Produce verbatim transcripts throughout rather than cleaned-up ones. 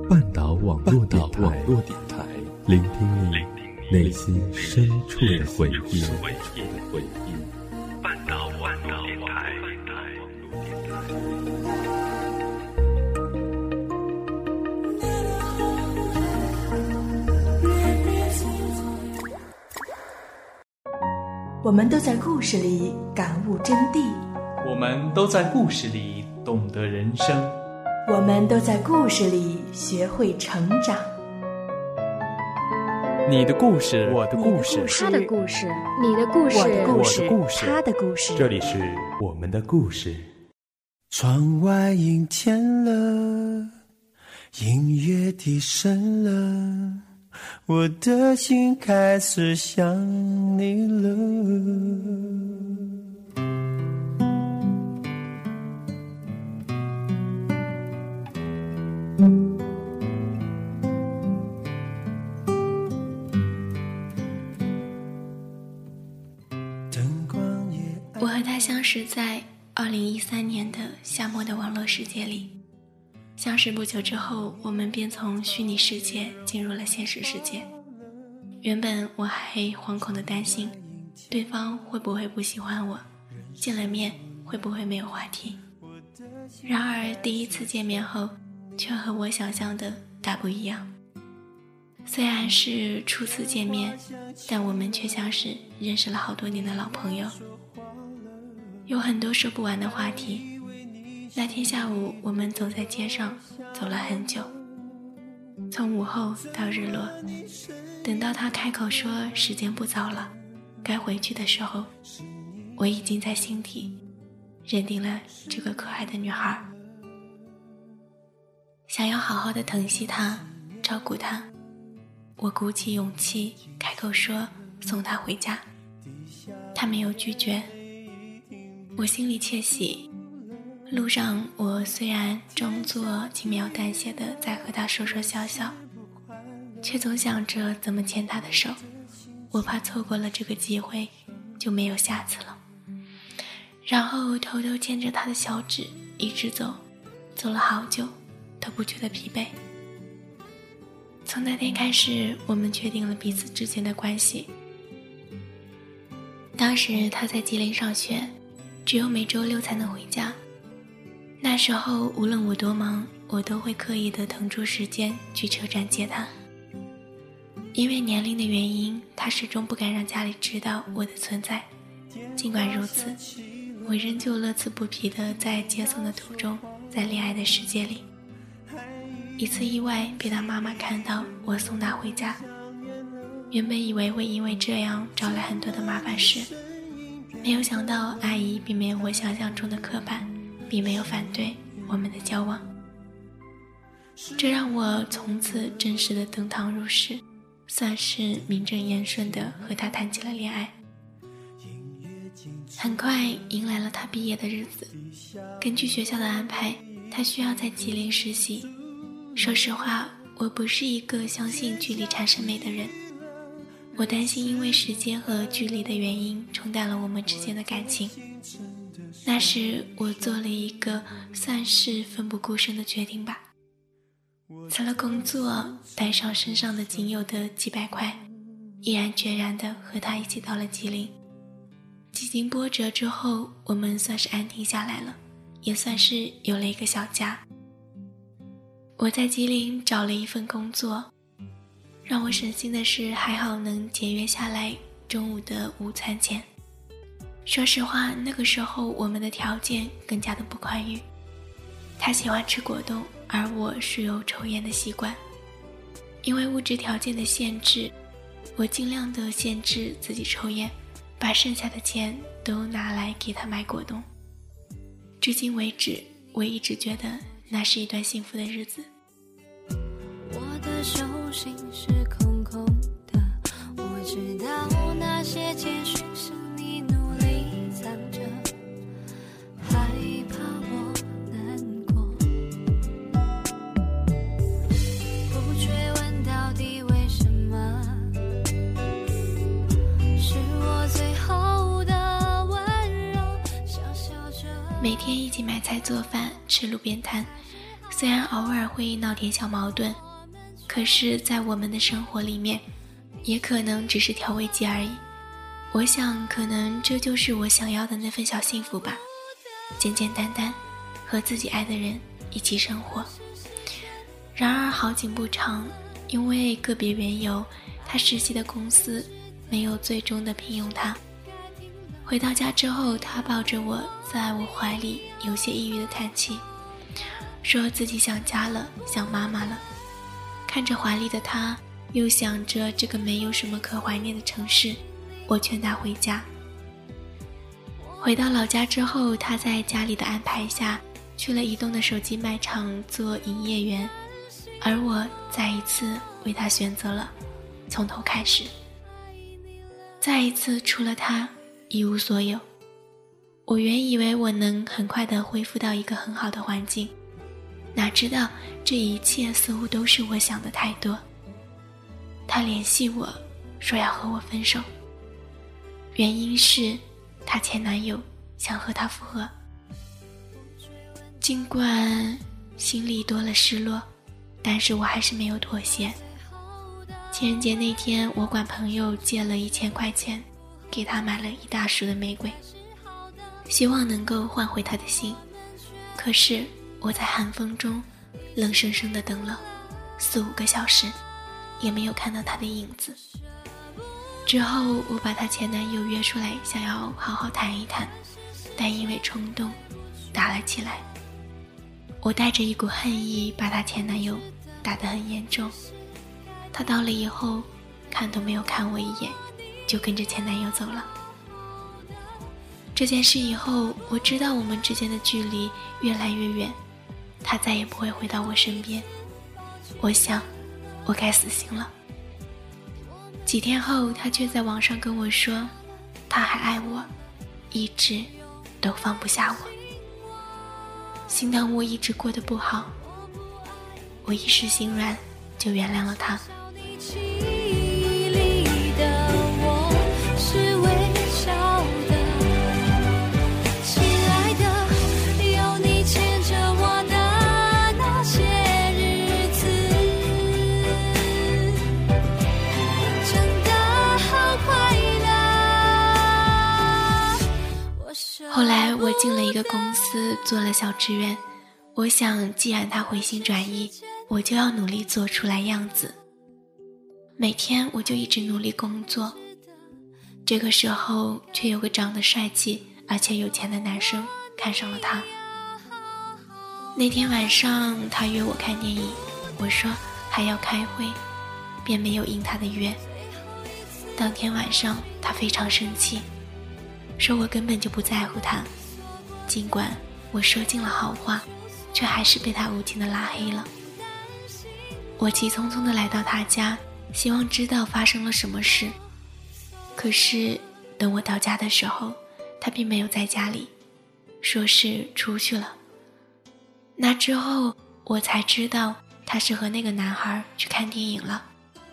半岛网络电台，聆听你内心深处的回忆。半岛网络电台。 我们都在故事里感悟真谛， 我们都在故事里懂得人生， 我们都在故事里学会成长。 你的故事，我的故事， 他的故事，你的故事， 我的故事， 他的故事。 这里是我们的故事。 窗外阴天了，音乐低声了，我的心开始想你了。 我和他相识在二零一三年的夏末的网络世界里，相识不久之后，我们便从虚拟世界进入了现实世界。原本我还惶恐地担心对方会不会不喜欢我，见了面会不会没有话题。然而第一次见面后，却和我想象的大不一样。虽然是初次见面，但我们却像是认识了好多年的老朋友，有很多说不完的话题。那天下午，我们走在街上，走了很久，从午后到日落。等到他开口说时间不早了，该回去的时候，我已经在心底认定了这个可爱的女孩，想要好好的疼惜她，照顾她。我鼓起勇气开口说送她回家，她没有拒绝。我心里窃喜，路上我虽然装作轻描淡写的在和她说说笑笑，却总想着怎么牵她的手，我怕错过了这个机会就没有下次了。然后偷偷牵着她的小指一直走，走了好久都不觉得疲惫。从那天开始，我们确定了彼此之间的关系。当时她在吉林上学，只有每周六才能回家。那时候无论我多忙，我都会刻意地腾出时间去车站接她。因为年龄的原因，她始终不敢让家里知道我的存在。尽管如此，我仍旧乐此不疲地在接送的途中，在恋爱的世界里。一次意外被她妈妈看到我送她回家，原本以为会因为这样招来很多的麻烦事，没有想到阿姨并没有我想象中的刻板，并没有反对我们的交往。这让我从此正式的登堂入室，算是名正言顺的和她谈起了恋爱。很快迎来了她毕业的日子，根据学校的安排，她需要在吉林实习。说实话，我不是一个相信距离产生美的人，我担心因为时间和距离的原因冲淡了我们之间的感情。那时我做了一个算是奋不顾身的决定吧，辞了工作，带上身上的仅有的几百块，毅然决然地和他一起到了吉林。几经波折之后，我们算是安定下来了，也算是有了一个小家。我在吉林找了一份工作，让我省心的是还好能节约下来中午的午餐钱。说实话，那个时候我们的条件更加的不宽裕，他喜欢吃果冻，而我是有抽烟的习惯。因为物质条件的限制，我尽量的限制自己抽烟，把剩下的钱都拿来给他买果冻。至今为止，我一直觉得那是一段幸福的日子。 我的手心是空空的，我知道那些简讯是你努力藏着，害怕我难过，不追问到底为什么，是我最后的温柔，小小着。 每天一起买菜做饭，吃路边摊， 虽然偶尔会闹点小矛盾，可是在我们的生活里面，也可能只是调味剂而已。我想可能这就是我想要的那份小幸福吧，简简单单和自己爱的人一起生活。然而好景不长，因为个别缘由，他实习的公司没有最终的聘用他。回到家之后，他抱着我在我怀里有些抑郁的叹气，说自己想家了，想妈妈了。看着怀里的他，又想着这个没有什么可怀念的城市，我劝他回家。回到老家之后，他在家里的安排下去了移动的手机卖场做营业员，而我再一次为他选择了从头开始。再一次除了他一无所有。我原以为我能很快地恢复到一个很好的环境，哪知道这一切似乎都是我想的太多。他联系我说要和我分手，原因是她前男友想和她复合。尽管心里多了失落，但是我还是没有妥协。情人节那天，我管朋友借了一千块钱，给他买了一大束的玫瑰，希望能够换回他的心。可是我在寒风中冷生生地等了四五个小时，也没有看到他的影子。之后我把她前男友约出来，想要好好谈一谈，但因为冲动打了起来。我带着一股恨意把她前男友打得很严重。他到了以后看都没有看我一眼，就跟着前男友走了。这件事以后，我知道我们之间的距离越来越远，他再也不会回到我身边。我想我该死心了。几天后，他却在网上跟我说他还爱我，一直都放不下我。心疼我一直过得不好，我一时心软就原谅了他。 气里的我是微笑的，亲爱的，有你牵着我的那些日子，真的好快乐。 后来我进了一个公司做了小职员，我想既然他回心转意，我就要努力做出来样子。每天我就一直努力工作，这个时候却有个长得帅气而且有钱的男生看上了他。那天晚上他约我看电影，我说还要开会，便没有应他的约。当天晚上他非常生气，说我根本就不在乎他，尽管我说尽了好话，却还是被他无情地拉黑了。我急匆匆地来到他家，希望知道发生了什么事。可是等我到家的时候，他并没有在家里，说是出去了。那之后我才知道他是和那个男孩去看电影了。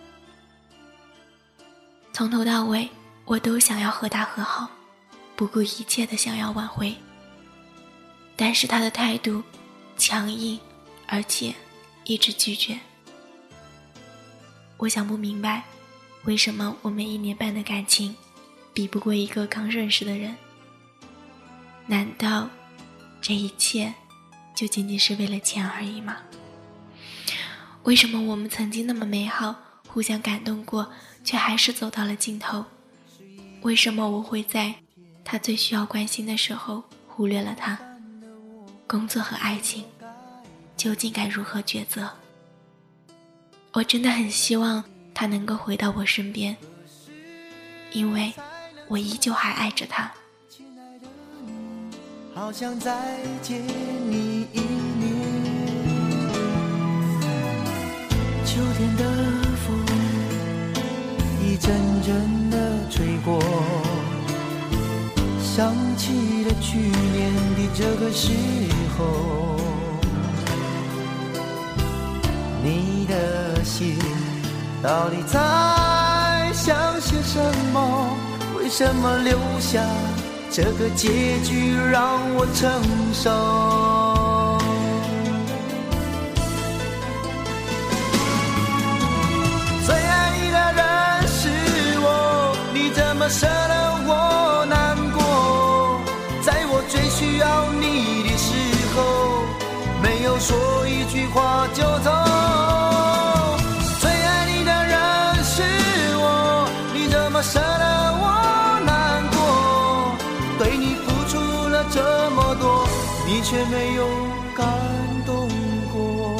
从头到尾我都想要和他和好，不顾一切的想要挽回，但是他的态度强硬，而且一直拒绝。我想不明白，为什么我们一年半的感情比不过一个刚认识的人？难道这一切就仅仅是为了钱而已吗？为什么我们曾经那么美好，互相感动过，却还是走到了尽头？为什么我会在他最需要关心的时候忽略了他？工作和爱情究竟该如何抉择？我真的很希望他能够回到我身边，因为我依旧还爱着他。 好想再见你一面，秋天的风一阵阵的吹过，想起了去年的这个时候，你的心到底在想些什么？为什么留下这个结局让我承受？ 话就走。最爱你的人是我，你怎么舍得我难过？对你付出了这么多，你却没有感动过。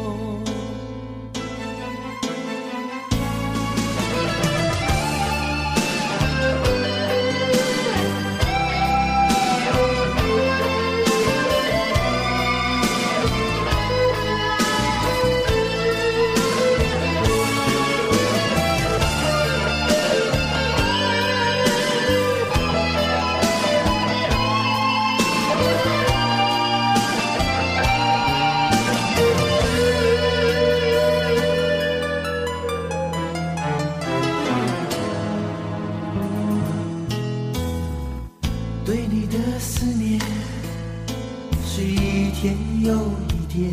对你的思念是一天又一天，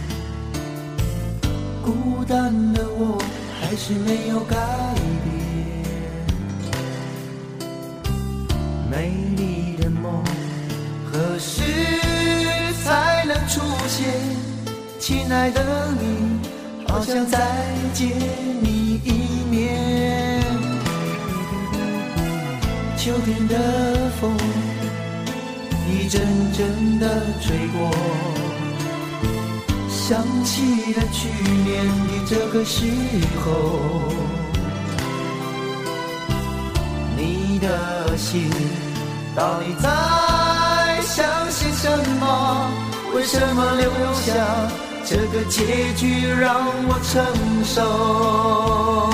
孤单的我还是没有改变。美丽的梦何时才能出现？亲爱的你，好想再见你一面。秋天的风一阵阵的吹过，想起了去年的这个时候，你的心到底在想些什么？为什么留下这个结局让我承受？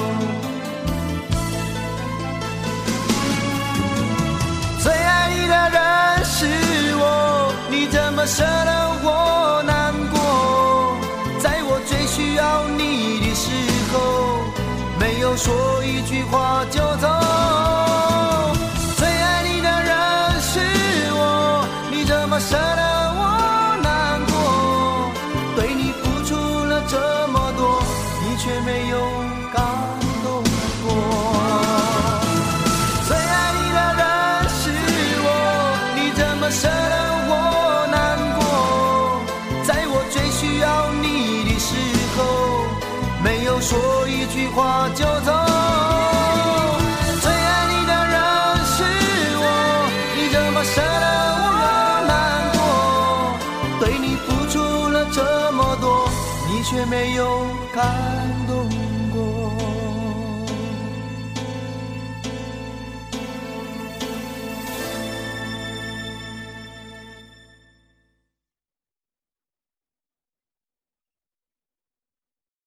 最爱你的人是我，你怎么舍得我难过？在我最需要你的时候，没有说一句话就走。最爱你的人是我，你怎么舍得我难过？对你付出了这么多，你却没有感动过。舍得我难过，在我最需要你的时候，没有说一句话就走。最爱你的人是我，你怎么舍得我难过？对你付出了这么多，你却没有感动。